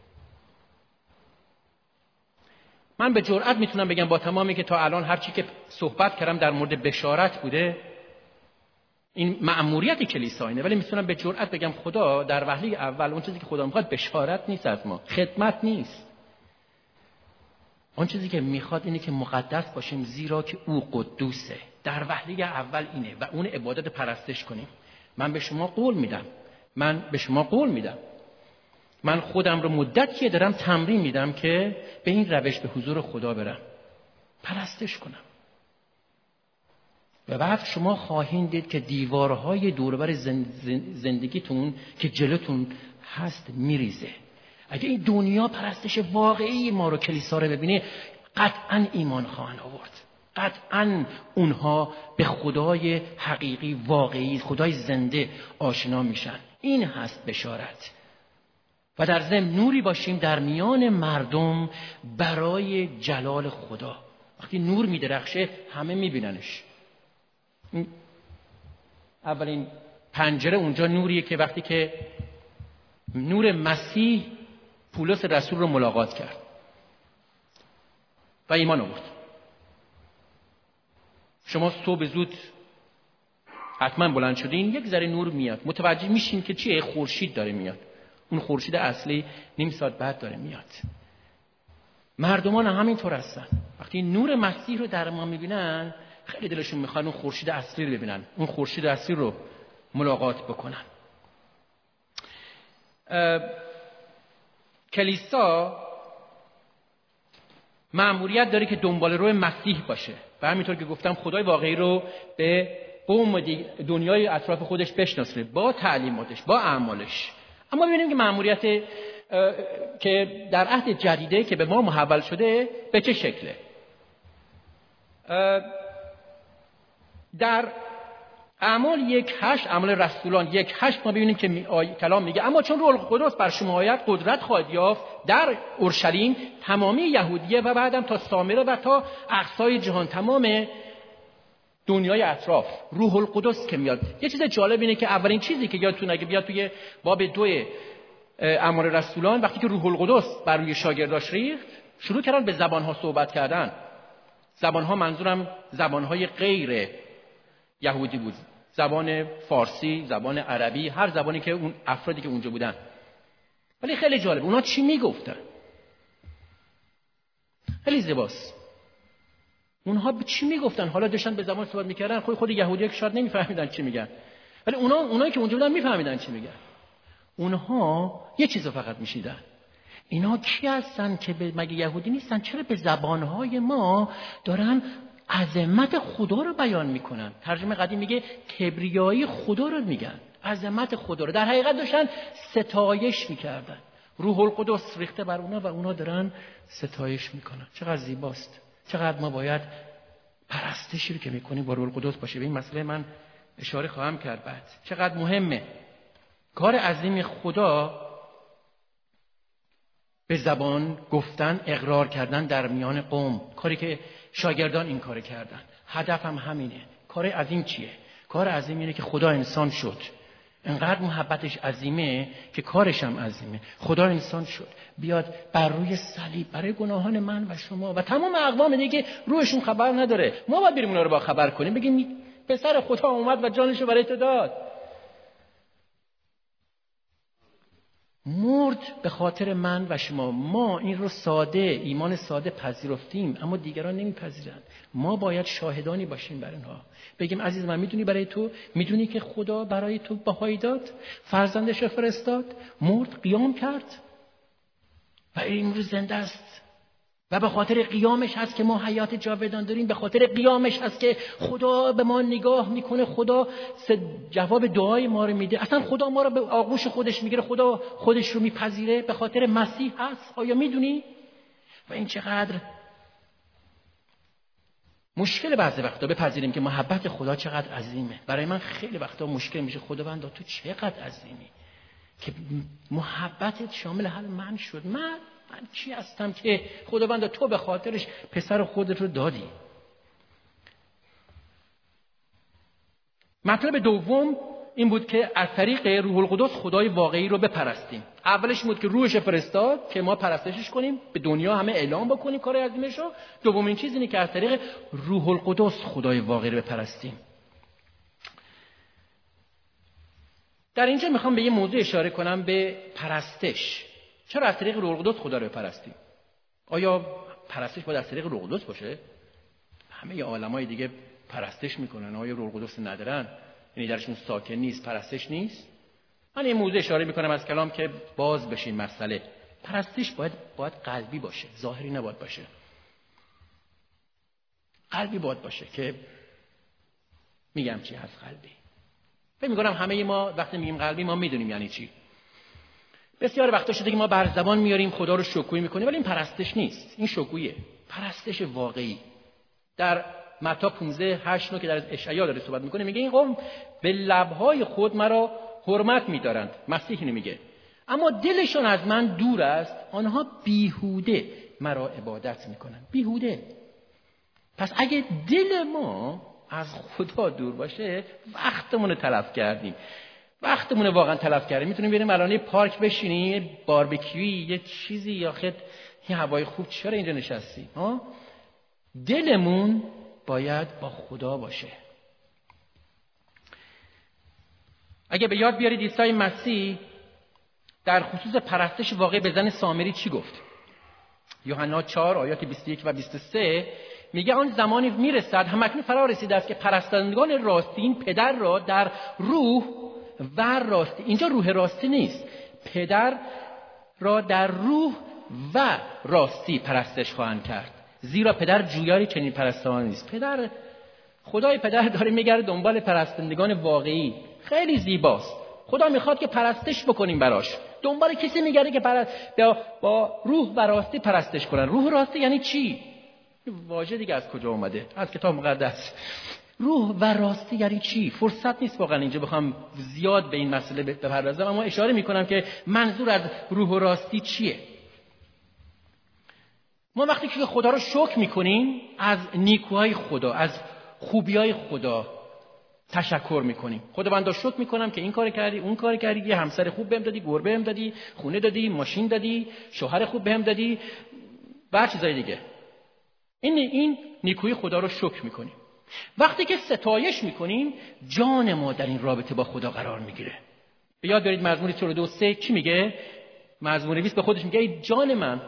من به جرئت میتونم بگم با تمامی که تا الان هر چی که صحبت کردم در مورد بشارت بوده، این مأموریت کلیسا اینه، ولی میتونم به جرئت بگم خدا در وهله اول اون چیزی که خدا میخواد بشارت نیست از ما، خدمت نیست. آن چیزی که میخواد اینه که مقدس باشیم، زیرا که او قدوسه. در وهله اول اینه و اون عبادت پرستش کنیم. من به شما قول میدم، من خودم رو مدتیه دارم تمرین میدم که به این روش به حضور خدا برم، پرستش کنم. و بعد شما خواهید دید که دیوارهای دوربر زندگیتون که جلوتون هست میریزه. اگه این دنیا پرستش واقعی ما رو، کلیسا رو ببینه، قطعاً ایمان خواهند آورد. قطعاً اونها به خدای حقیقی، واقعی، خدای زنده آشنا میشن. این هست بشارت. و در ضمن نوری باشیم در میان مردم برای جلال خدا. وقتی نور میدرخشه همه میبیننش. اولین پنجره اونجا نوریه که وقتی که نور مسیح پولس رسول رو ملاقات کرد و ایمان آورد. شما صبح زود حتما بلند شدین، یک ذره نور میاد، متوجه میشین که چیه؟ خورشید داره میاد. اون خورشید اصلی نیم ساعت بعد داره میاد. مردمان همینطور هستن. وقتی نور مسیح رو در ما میبینن، خیلی دلشون میخواد اون خورشید اصلی رو ببینن، اون خورشید اصلی رو ملاقات بکنن. کلیسا مأموریت داره که دنبال روی مسیح باشه و همینطور که گفتم خدای واقعی رو به قوم دنیای اطراف خودش بشناسه با تعلیماتش، با اعمالش. اما ببینیم که مأموریت که در عهد جدیده که به ما محول شده به چه شکله. در اعمال 1:8، اعمال رسولان 1:8 ما ببینیم که کلام میگه اما چون روح القدس بر شما آید قدرت خواهید یافت در اورشلیم، تمامی یهودیه و بعدم تا سامره و تا اقصای جهان، تمام دنیای اطراف. روح القدس که میاد. یه چیز جالب اینه که اولین چیزی که یادتون اگه بیاد توی باب 2 اعمال رسولان، وقتی که روح القدس بر روی شاگرداش ریخت، شروع کردن به زبانها صحبت کردن. زبانها منظورم زبانهای غیر یهودی بود، زبان فارسی، زبان عربی، هر زبانی که اون افرادی که اونجا بودن. ولی خیلی جالب، اونا چی میگفتن؟ خیلی زیباست. اونها به چی میگفتن؟ حالا داشتن به زبان صحبت میکردن، خود یهودی‌ها که شاید نمیفهمیدن چی میگن، ولی اونایی که اونجا بودن میفهمیدن چی میگن. اونها یه چیزو فقط میشیدن. اینا کی هستن که مگه یهودی نیستن؟ چرا به زبانهای ما دارن عظمت خدا رو بیان میکنن؟ ترجمه قدیم میگه کبریایی خدا رو میگن، عظمت خدا رو. در حقیقت داشتن ستایش میکردن. روح القدس ریخته بر اونا و اونا دارن ستایش میکنن. چقدر زیباست. چقدر ما باید پرستشی رو که میکنیم با روح القدس باشه. به این مسئله من اشاره خواهم کرد بعد. چقدر مهمه. کار عظیم خدا به زبان گفتن، اقرار کردن در میان قوم، کاری که شاگردان این کار کردن. هدفم همینه. کار عظیم چیه؟ کار عظیم اینه که خدا انسان شد. انقدر محبتش عظیمه که کارش هم عظیمه. خدا انسان شد، بیاد بر روی صلیب برای گناهان من و شما و تمام اقوام دیگه روحشون خبر نداره. ما باید بریم اونا رو با خبر کنیم، بگیم پسر خدا اومد و جانش رو برای تو داد. مرد به خاطر من و شما. ما این رو ساده، ایمان ساده پذیرفتیم، اما دیگران نمیپذیرند. ما باید شاهدانی باشیم بر اینها. بگیم عزیز من، میدونی برای تو، میدونی که خدا برای تو بهایی داد، فرزندش رو فرستاد، مرد، قیام کرد و این رو زنده است و به خاطر قیامش هست که ما حیات جاودان داریم. به خاطر قیامش هست که خدا به ما نگاه میکنه، خدا جواب دعای ما رو میده. اصلا خدا ما رو به آغوش خودش میگیره، خدا خودش رو میپذیره. به خاطر مسیح هست. آیا میدونی؟ و این چقدر مشکل بعضی وقتا بپذیریم که محبت خدا چقدر عظیمه. برای من خیلی وقتا مشکل میشه. خداوندا تو چقدر عظیمی که محبتت شامل حال من شد. من چی هستم که خداوند تو به خاطرش پسر خودت رو دادی؟ مطلب دوم این بود که از طریق روح القدس خدای واقعی رو بپرستیم. اولش بود که روحش فرستاد که ما پرستشش کنیم، به دنیا همه اعلام بکنیم کار عظیمش رو. دومین چیز اینه که از طریق روح القدس خدای واقعی رو بپرستیم. در اینجا میخوام به یه موضوع اشاره کنم، به پرستش. چرا از طریق روح القدس خدا رو بپرستیم؟ آیا پرستش باید از طریق روح القدس باشه؟ همه عالمای دیگه پرستش میکنن، آیا روح القدس ندارن؟ یعنی درشون ساکن نیست، پرستش نیست؟ من این موضوع اشاره میکنم از کلام که باز بشین مسئله. پرستش باید قلبی باشه، ظاهری نباید باشه. قلبی باید باشه که میگم چی هست قلبی. فکر میکنم همه ما وقتی میگیم قلبی ما میدونیم یعنی چی. بسیار وقتا شده که ما بر زبان میاریم خدا رو شکویی میکنیم، ولی این پرستش نیست، این شکویه. پرستش واقعی در متی 15:8 که در اشعیا داره صحبت میکنه، میگه این قوم به لبهای خود مرا حرمت میدارند. مسیح اینو میگه، اما دلشون از من دور است، آنها بیهوده مرا عبادت میکنن. بیهوده. پس اگه دل ما از خدا دور باشه، وقتمون رو تلف کردیم. وقتمون واقعا تلف کردیم. میتونیم بریم الان پارک بشینیم، باربیکیوی، یه چیزی، یا خد این هوای خوب، چرا اینجا نشستی؟ دلمون باید با خدا باشه. اگه به یاد بیارید عیسی مسیح در خصوص پرستش واقعی به زن سامری چی گفت؟ یوحنا 4 آیات 21 و 23 میگه آن زمانی میرسد، همکنون فرا رسیده است که پرستندگان راستین پدر را در روح و راستی، اینجا روح راستی نیست، پدر را در روح و راستی پرستش خواهند کرد، زیرا پدر جویای چنین پرستانی نیست. خدای پدر داره میگره دنبال پرستندگان واقعی. خیلی زیباست. خدا میخواد که پرستش بکنیم براش. دنبال کسی میگره که با روح و راستی پرستش کنن. روح راستی یعنی چی؟ واژه دیگه از کجا اومده؟ از کتاب مقدس. روح و راستی یعنی چی؟ فرصت نیست واقعا اینجا بخوام زیاد به این مسئله بپردازم، اما اشاره میکنم که منظور از روح و راستی چیه. ما وقتی که خدا رو شکر میکنیم، از نیکوهای خدا، از خوبیای خدا تشکر میکنیم. خداوندا شکر میکنم که این کار کردی، اون کار کردی، یه همسر خوب بهم دادی، گربه بهم دادی، خونه دادی، ماشین دادی، شوهر خوب بهم دادی، و هر چیزای دیگه. این نیکویی خدا رو شکر میکنیم. وقتی که ستایش میکنیم جان ما در این رابطه با خدا قرار میگیره. به یاد بیارید مزمور 42:3 چی میگه؟ مزمور نویس به خودش میگه ای جان من،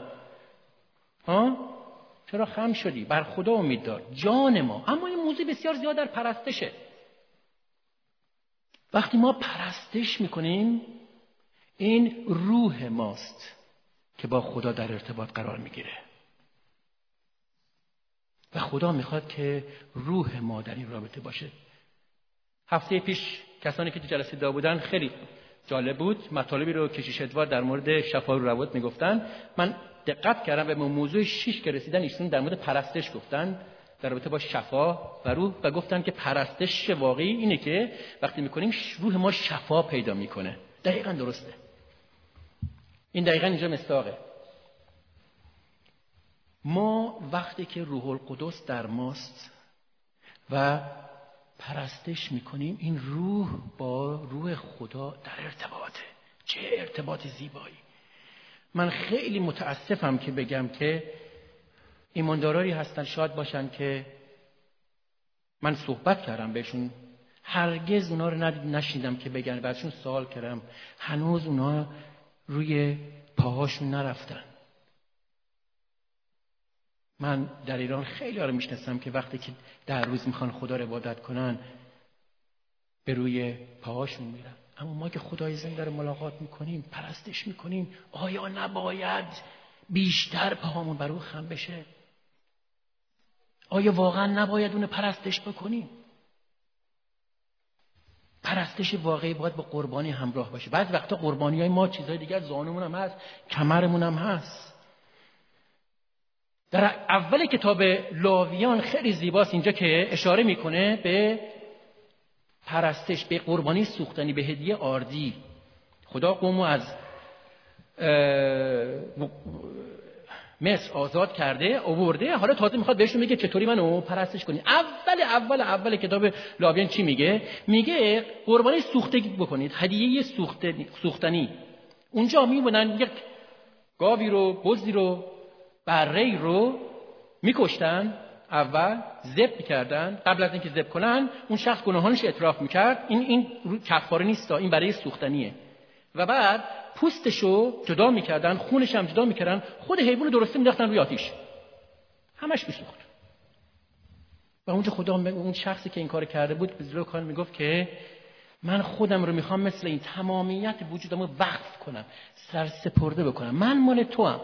چرا خم شدی؟ بر خدا امید دار جان ما. اما این موضوع بسیار زیاد در پرستشه. وقتی ما پرستش میکنیم این روح ماست که با خدا در ارتباط قرار میگیره و خدا میخواد که روح ما در این رابطه باشه. هفته پیش کسانی که تو جلسه دا بودن خیلی جالب بود، مطالبی رو کشیش ادوارد در مورد شفا و روابط میگفتن. من دقت کردم به موضوع 6 که رسیدن ایشون در مورد پرستش گفتن در رابطه با شفا و روح و گفتن که پرستش واقعی اینه که وقتی میکنیم روح ما شفا پیدا میکنه. دقیقاً درسته. این دقیقاً اینجا مصداقه. ما وقتی که روح القدس در ماست و پرستش میکنیم این روح با روح خدا در ارتباطه. چه ارتباط زیبایی. من خیلی متاسفم که بگم که ایماندارایی هستن شاید باشن که من صحبت کردم بهشون هرگز اونا رو نشنیدم که بگن، بعدشون سوال کردم هنوز اونا روی پاهاشون نرفتن. من در ایران خیلی ها رو میشناسم که وقتی که در روز میخوان خدا رو عبادت کنن به روی پاهاشون میرن. اما ما که خدای زنده رو ملاقات میکنیم پرستش میکنیم آیا نباید بیشتر پاهامون بر او خم بشه؟ آیا واقعا نباید اون پرستش بکنیم؟ پرستش واقعی باید با قربانی همراه باشه. بعضی وقتا قربانی های ما چیزهای دیگه، زانومون هم هست، کمرمون هم هست. در اول کتاب لاویان خیلی زیباست اینجا که اشاره میکنه به پرستش، به قربانی سوختنی، به هدیه آردی. خدا قومو از مصر آزاد کرده، آورده، حالا تازه میخواد بهشون میگه چطوری منو پرستش کنی. اول کتاب لاویان چی میگه؟ میگه قربانی سوختگی بکنید، هدیه سوختنی. اونجا میمونن یک گاوی رو، بزی رو، بره رو میکشتن، اول ذبح میکردن. قبل از اینکه ذبح کنن اون شخص گناهانش اعتراف میکرد. این کفاره نیست، این برای سوختنیه. و بعد پوستشو جدا میکردن، خونش هم جدا میکردن، خود حیوان درسته مینداختن روی آتیش، همش میسوخت. و اونجا خدا اون شخصی که این کار کرده بود به زلوکان میگفت که من خودم رو میخوام مثل این تمامیت وجودم رو وقف کنم، سرسپرده بکنم، من مال توام.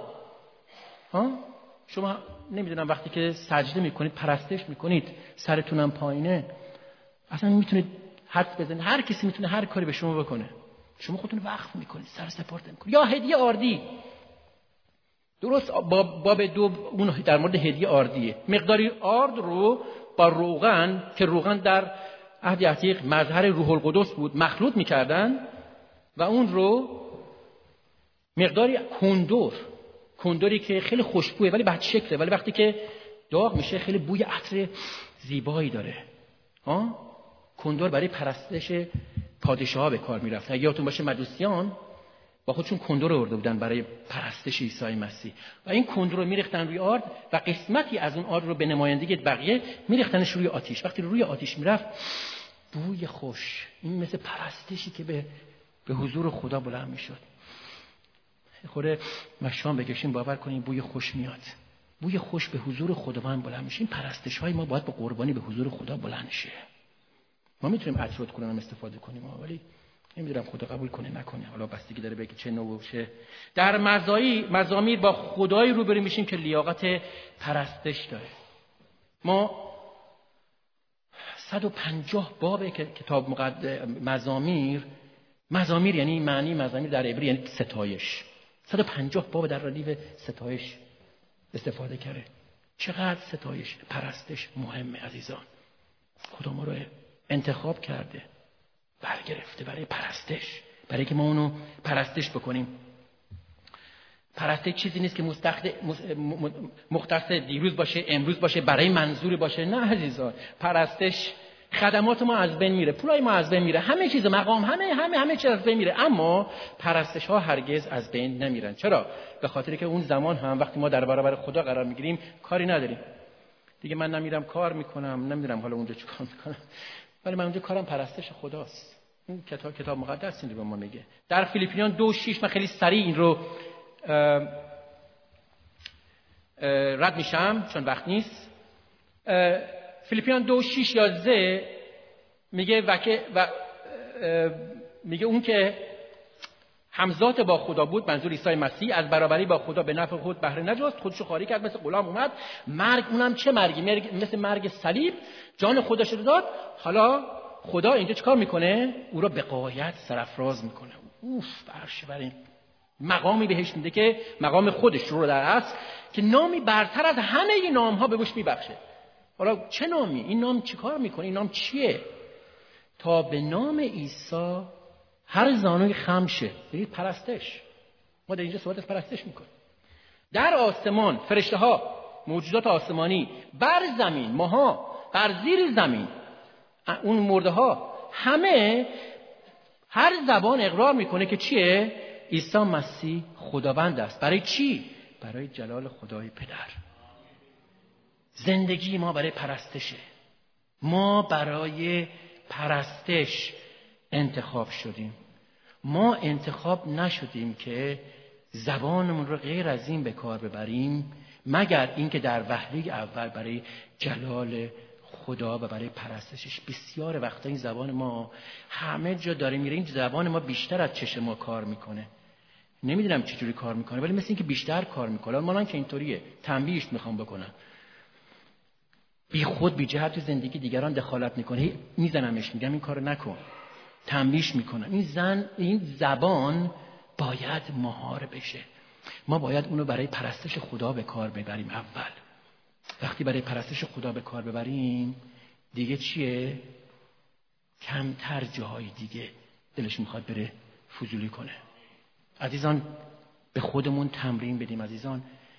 شما نمیدونم وقتی که سجده میکنید، پرستش میکنید، سرتونم پایینه، اصلا میتونید حد بزنید، هر کسی میتونه هر کاری به شما بکنه، شما خودتون وقف میکنید، سرسپرده میکنید. یا هدیه آردی، درست باب 2 اون در مورد هدیه آردیه. مقداری آرد رو با روغن، که روغن در عهد عتیق مظهر روح القدس بود، مخلوط میکردن و اون رو مقداری کندوری که خیلی خوشبوه ولی بد شکله، ولی وقتی که داغ میشه خیلی بوی عطر زیبایی داره. کندور برای پرستش پادشاها به کار میرفت. اگه یادتون باشه مجوسیان با خودشون کندور آورده بودن برای پرستش عیسی مسیح و این کندور رو میریختن روی آرد و قسمتی از اون آرد رو به نمایندگی بقیه میریختنش روی آتیش. وقتی روی آتیش میرفت بوی خوش، این مثل پرستشی که به حضور خدا بلند میشد. خوره مشام بکشیم باور کنیم بوی خوش میاد، بوی خوش به حضور خداوند بلند میشه. این پرستش های ما باید با قربانی به حضور خدا بلند شه. ما میتونیم عطر کنن هم استفاده کنیم ولی نمیدونم خدا قبول کنه نکنه، حالا بستگی داره به چه نوع باشه. در مزامیر با خدایی روبرو میشیم که لیاقت پرستش داره. ما 150 باب کتاب مزامیر یعنی معنی مزامیر در عبری یعنی ستایش، 150 باب در ردیف ستایش استفاده کرده. چقدر ستایش، پرستش مهمه عزیزان. خدا ما رو انتخاب کرده، برگرفته برای پرستش، برای که ما اونو پرستش بکنیم. پرستش چیزی نیست که مختص دیروز باشه، امروز باشه، برای منظوری باشه. نه عزیزان، پرستش خدمات ما از بین میره، پولای ما از بین میره، همه چیز، مقام، همه چیز از بین میره، اما پرستش ها هرگز از بین نمیرن. چرا؟ به خاطری که اون زمان هم وقتی ما در برابر خدا قرار میگیریم کاری نداریم دیگه. من نمیرم کار میکنم، نمیدونم حالا اونجا چیکار میکنم، ولی من اونجا کارم پرستش خداست. این کتاب مقدس این رو به ما میگه. در فیلیپیان 2:6 من خیلی سریع این رو رد میشم چون وقت نیست. فیلیپیان 2:6-11 میگه میگه اون که همزاد با خدا بود، منظور عیسی مسیح، از برابری با خدا به نفع خود بهره نجست، خودشو خالی کرد، مثل غلام اومد، مرگ، اونم چه مرگی؟ مثل مرگ صلیب جان خودش رو داد. حالا خدا اینجا چیکار میکنه؟ او را به غایت سرافراز میکنه. برش بر این مقامی بهش میده که مقام خودش رو در اصل که نامی برتر از همه این نام ها به بهش میبخشه. حالا چه نامی؟ این نام چیکار میکنه؟ این نام چیه؟ تا به نام عیسی هر زانوی خم شه. ببینید پرستش، ما در اینجا صحبت از پرستش میکنیم. در آسمان فرشته ها، موجودات آسمانی، بر زمین ماها، بر زیر زمین اون مرده ها، همه هر زبان اقرار میکنه که چیه؟ عیسی مسیح خداوند است. برای چی؟ برای جلال خدای پدر. زندگی ما برای پرستشه. ما برای پرستش انتخاب شدیم. ما انتخاب نشدیم که زبانمون رو غیر از این به کار ببریم، مگر اینکه در وهله اول برای جلال خدا و برای پرستشش. بسیار وقتا این زبان ما همه جا داره میره، این زبان ما بیشتر از چشم ما کار میکنه. نمیدونم چجوری کار میکنه، ولی مثل اینکه بیشتر کار میکنه. من که اینطوریه، تنبیهش میخوام بکنم. بی خود بی جهت تو زندگی دیگران دخالت میکنه، میزنمش، میگم این کارو نکن، تنبیهش میکنم. این زبان باید مهار بشه. ما باید اونو برای پرستش خدا به کار ببریم. اول وقتی برای پرستش خدا به کار ببریم دیگه چیه؟ کمتر جاهای دیگه دلش میخواد بره فضولی کنه. عزیزان به خودمون تمرین بدیم. عزیزان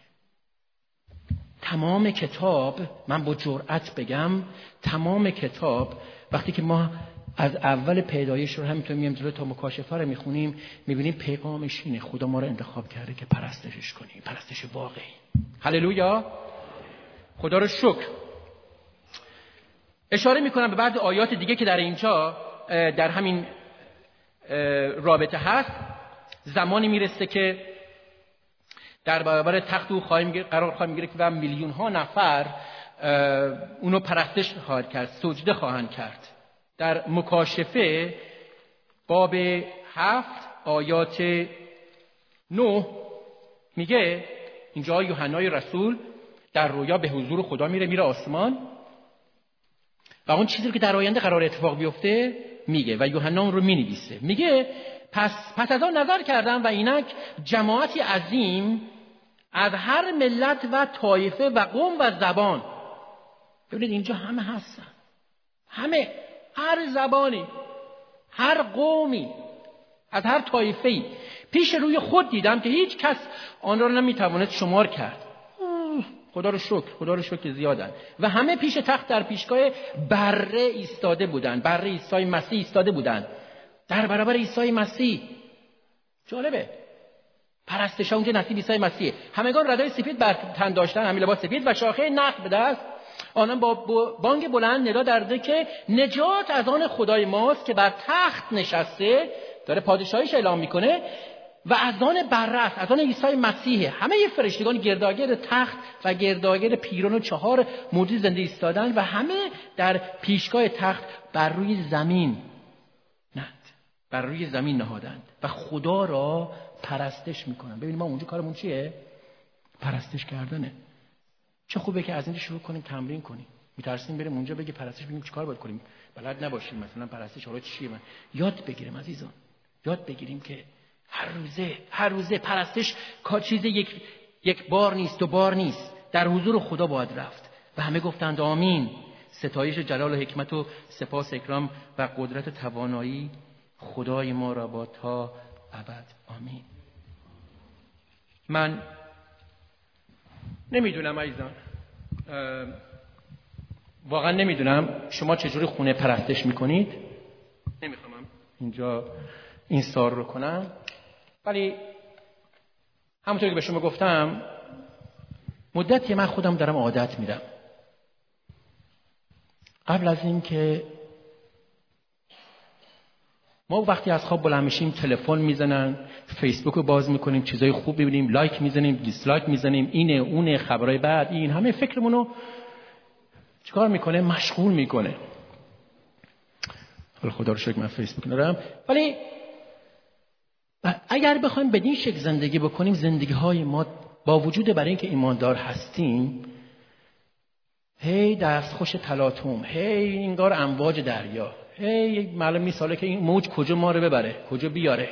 تمام کتاب، من با جرأت بگم تمام کتاب، وقتی که ما از اول پیدایش رو همینطور میام جلو تا مکاشفه رو میخونیم، میبینیم پیغامش اینه: خدا ما رو انتخاب کرده که پرستشش کنیم، پرستش واقعی. هللویا، خدا رو شکر. اشاره میکنم به بعض آیات دیگه که در اینجا در همین رابطه هست. زمانی میرسه که در برابر تخت او قرار خواهیم گرفت و میلیون ها نفر اونو پرستش خواهد کرد، سجده خواهند کرد. در مکاشفه باب 7 آیات 9 میگه، اینجا یوحنای رسول در رویا به حضور خدا میره آسمان و اون چیزی که در آینده قرار اتفاق بیفته میگه و یوحنا اون رو مینویسه. میگه پس از آن نظر کردم و اینک جماعتی عظیم از هر ملت و طایفه و قوم و زبان. ببینید اینجا همه هستن، همه، هر زبانی، هر قومی، از هر طایفه‌ای. پیش روی خود دیدم که هیچ کس آن را نمیتواند شمار کرد. خدا رو شکر، خدا رو شکر زیادن. و همه پیش تخت در پیشگاه بره ایستاده بودند، بره عیسی مسیح ایستاده بودند، در برابر عیسی مسیح. جالبه، پرستش اونجا نصیب عیسی مسیح. همگان ردای سفید بر تن داشتن، همین لباس سفید و شاخه نخل به دست. آنان با بانگ بلند ندا درده که نجات از آن خدای ماست که بر تخت نشسته، داره پادشاهیش اعلام میکنه، و از آن بره است، از آن عیسی مسیح. همه فرشتگان گرداگرد تخت و گرداگرد پیران و 4 موجود زنده ایستادن و همه در پیشگاه تخت بر روی زمین نهادند و خدا را پرستش میکنن. ببینید ما اونجا کارمون چیه؟ پرستش کردنه. چه خوبه که از این شروع کنیم، تمرین کنیم. میترسیم بریم اونجا بگی پرستش، بگیم چیکار باید کنیم، بلد نباشیم مثلا پرستش حالا چیه. من یاد بگیریم عزیزان، یاد بگیریم که هر روزه پرستش چیز یک بار نیست، 2 بار نیست، در حضور خدا باید رفت. و همه گفتند آمین. ستایش جلال و حکمت و سپاس اکرام و قدرت توانایی خدای ما را با تا ابد. آمین. من نمیدونم عزیزان واقعا نمیدونم شما چجوری خونه پرستش میکنید، نمیخوام اینجا این سوال رو کنم، ولی همونطور که به شما گفتم مدتی من خودم دارم عادت میدم. قبل از این که ما وقتی از خواب بلند میشیم تلفن میزنن، فیسبوک رو باز میکنیم، چیزای خوب میبینیم، لایک میزنیم، دیسلایک میزنیم، اینه اونه، خبرای بعد، این همه فکرمون رو چیکار میکنه؟ مشغول میکنه. حالا خدا رو شکر من فیسبوک ندارم، ولی اگر بخوایم بدین شکل زندگی بکنیم، زندگی های ما با وجود برای اینکه ایماندار هستیم هی دستخوش تلاطم، هی انگار امواج دریا، هی معلوم میساله که این موج کجا ما رو ببره، کجا بیاره.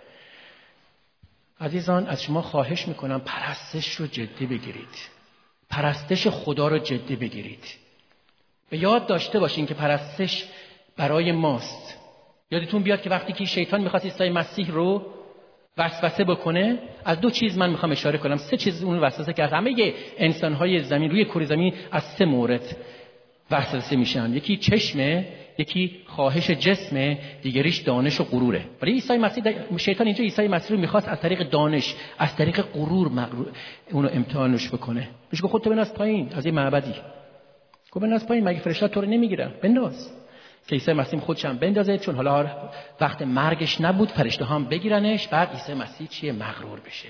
عزیزان از شما خواهش میکنم پرستش رو جدی بگیرید، پرستش خدا رو جدی بگیرید. به یاد داشته باشین که پرستش برای ماست. یادتون بیاد که وقتی که شیطان میخواست عیسی مسیح رو وسوسه بکنه، از دو چیز من میخوام اشاره کنم، سه چیز اون وسوسه کرد. همه انسان‌های زمین روی کره زمین از سه مورد وسوسه میشن، یکی چشمه، یکی خواهش جسمه، دیگریش دانش و غروره. ولی عیسی مسیح، شیطان اینجا عیسی مسیح رو میخواست از طریق دانش، از طریق غرور اونو امتحانش بکنه. بهش گفت خودت بناز پایین از این معبدی. گفت بناز پایین، مگه فرشته تو رو نمیگیرن؟ بناز. که عیسی مسیح خودش هم بندازه، چون حالا وقت مرگش نبود، فرشته ها هم بگیرنش. بعد عیسی مسیح چیه؟ مغرور بشه.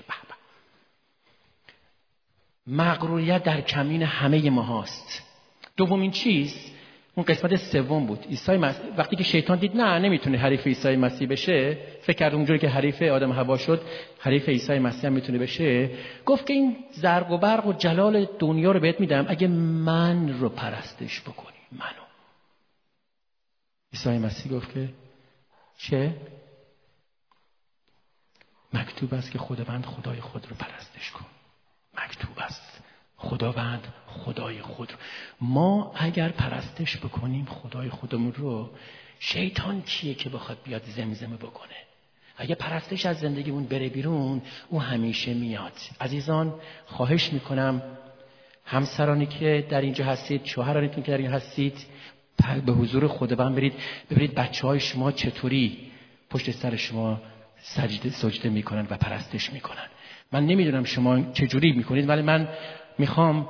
مغروریت در کمین همه ما هست. دومین چیز اون قسمت سوم بود. عیسی مسیح وقتی که شیطان دید نه نمیتونه حریف عیسی مسیح بشه، فکر کرد اونجوری که حریف آدم حوا شد حریف عیسی مسیح هم میتونه بشه، گفت که این زرق و برق و جلال دنیا رو بهت میدم اگه من رو پرستش بکنی، منو. عیسی مسیح گفت که چه؟ مکتوب است که خداوند خدای خود رو پرستش کن. مکتوب است خداوند خدای خود رو. ما اگر پرستش بکنیم خدای خودمون رو، شیطان کیه که بخواد بیاد زمزمه بکنه؟ اگه پرستش از زندگیمون بره بیرون، او همیشه میاد. عزیزان خواهش میکنم همسرانی که در اینجا هستید، شوهرانتون که در اینجا هستید، به حضور خداوند برید، ببینید بچه‌های شما چطوری پشت سر شما سجده میکنن و پرستش میکنن. من نمیدونم شما چجوری میکنید، ولی من میخوام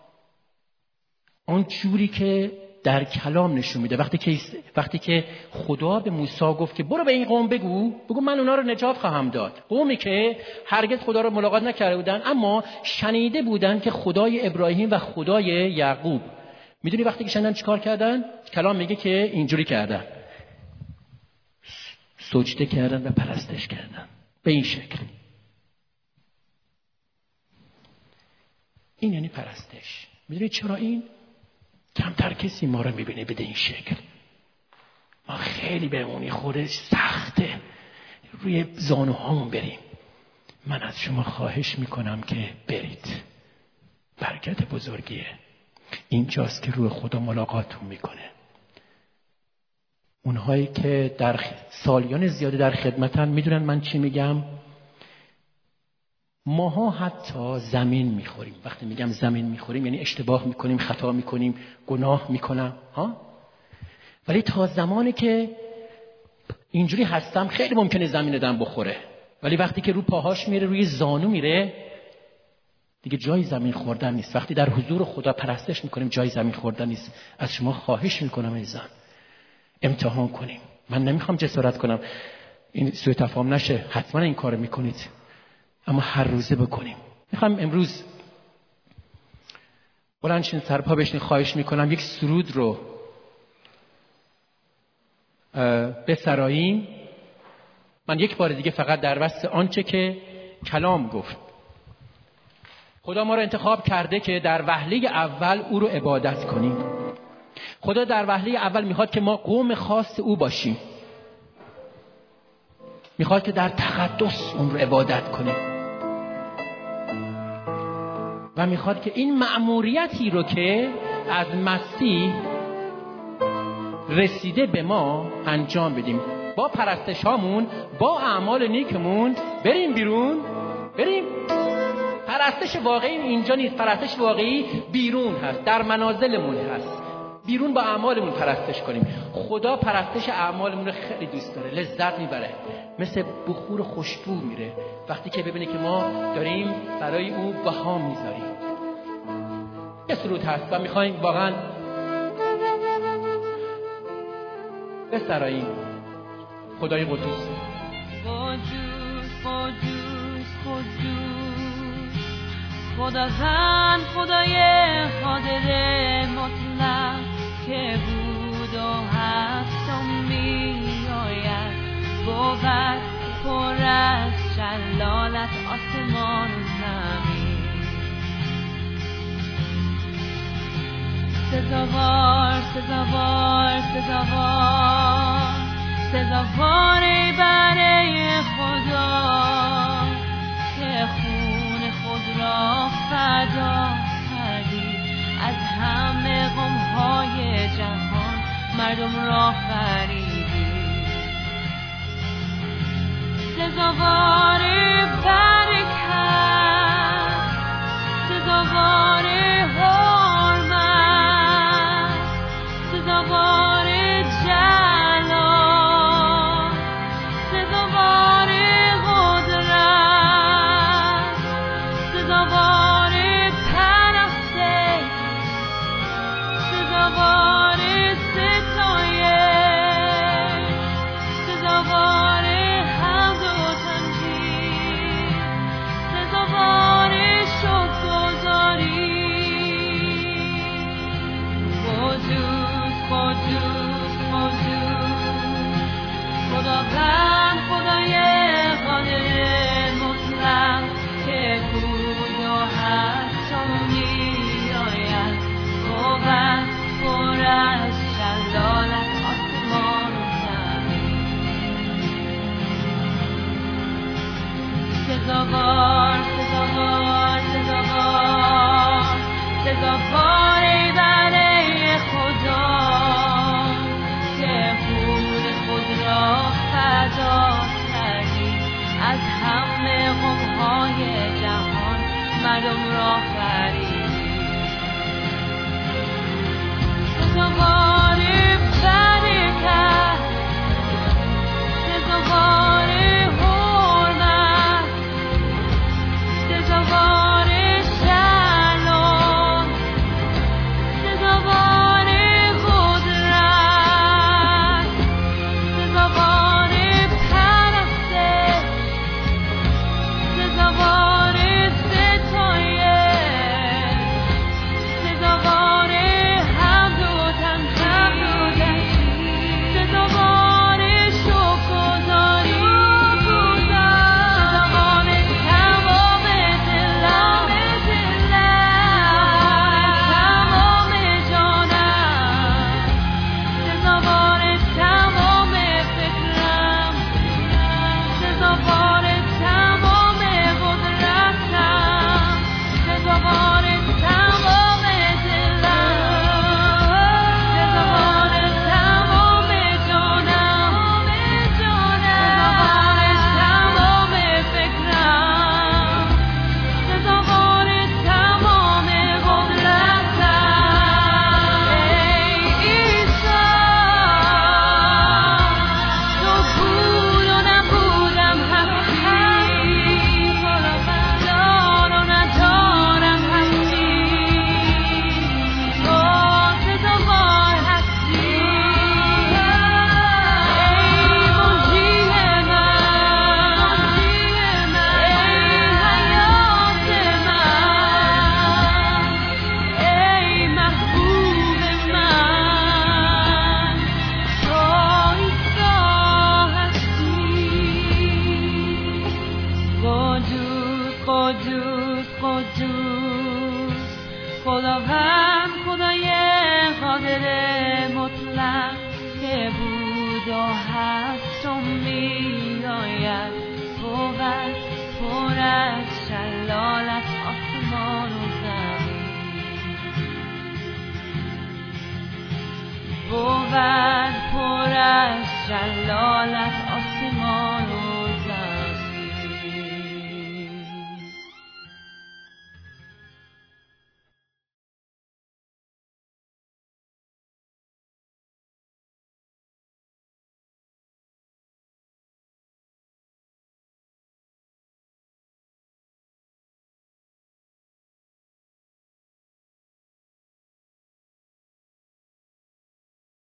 اون جوری که در کلام نشون میده، وقتی که خدا به موسی گفت که برو به این قوم بگو من اونا رو نجات خواهم داد، قومی که هرگز خدا رو ملاقات نکرده بودن اما شنیده بودن که خدای ابراهیم و خدای یعقوب. میدونی وقتی که شنیدن چیکار کردن؟ کلام میگه که اینجوری کردن، سجده کردن و پرستش کردن به این شکل. این یعنی پرستش. میدونید چرا این؟ کمتر کسی ما رو میبینه بده این شکل. ما خیلی بهمونی خودش سخته روی زانوهامون بریم. من از شما خواهش میکنم که برید. برکت بزرگیه اینجاست که روح خدا ملاقاتون میکنه. اونهایی که در سالیان زیاده در خدمتن میدونن من چی میگم. ماها حتی زمین میخوریم. وقتی میگم زمین میخوریم یعنی اشتباه میکنیم، خطا میکنیم، گناه میکنم ولی تا زمانی که اینجوری هستم خیلی ممکنه زمین آدم بخوره، ولی وقتی که رو پاهاش میره، روی زانو میره، دیگه جای زمین خوردن نیست. وقتی در حضور خدا پرستش میکنیم جای زمین خوردن نیست. از شما خواهش میکنم عزیزان امتحان کنیم. من نمیخوام جسارت کنم این سوء تفاهم نشه، حتما این کارو میکنید، اما هر روزه بکنیم. میخوام امروز بلند شین، سرپا بشین. خواهش میکنم یک سرود رو بسراییم. من یک بار دیگه فقط در وسط آنچه که کلام گفت. خدا ما رو انتخاب کرده که در وهله اول او رو عبادت کنیم. خدا در وهله اول میخواد که ما قوم خاص او باشیم. میخواد که در تقدس اون رو عبادت کنیم و میخواد که این مأموریتی رو که از مسیح رسیده به ما انجام بدیم. با پرستش هامون، با اعمال نیکمون بریم بیرون. بریم. پرستش واقعی اینجا نیست، پرستش واقعی بیرون هست، در منازلمون هست، بیرون با اعمالمون پرستش کنیم. خدا پرستش اعمالمون رو خیلی دوست داره، لذت میبره، مثل بخور خوشبو میره وقتی که ببینه که ما داریم برای او بها میذاریم. یه سرود هست و میخوایم واقعا بسراییم. خدای قدوس، قدوس قدوس قدوس، خداوند خدای قادر مطلق که بود و هست و میآید، بود پر از جلالت آسمان و زمین. سزاوار سزاوار سزاوار سزاوار برای خدا که خون خود را فدا کردی، از همه قوم‌های جهان مردم را خریدی. سزاوار برکت، سزاوار حرمت، سزاوار جلال، سزاوار قدرت، سزاوار پرستش، سزاوار ستایش، سزاوار حمد و تمجید، سزاوار شکرگزاری. قدوس قدوس قدوس، خداوند خدای قادر مطلق که بود و هست و میآید، بود پر از جلالت آسمان و زمین. سزاوار سزاوار سزاوار سزاوار برای خدا که خون خود را فدا کردی، از همه قوم‌های جهان مردم را خریدی. سزاوار برکت، سزاوار حرمت، سزاوار جلال، سزاوار قدرت، سزاوار پرستش، سزاوار ستایش، سزاوار حمد و تمجید، سزاوار شکرگزاری. سزاوار تمام دلم، تمام جانم، سزاوار تمام فکرم، سزاوار تمام قدرتم، سزاوار تمام دلم، سزاوار تمام جانم، سزاوار تمام فکرم، سزاوار تمام قدرتم. ای عیسی، تو بود و نبودم هستی، دار و ندارم هستی، تو سزاوار هستی. ای منجی من، ای حیات من، ای محبوب من، تو عیسی هستی. قدوس قدوس قدوس، خداوند خدای قادر مطلق که بود و هست و میآید، بود پر از جلالت آسمان و زمین. بود پر از جلالت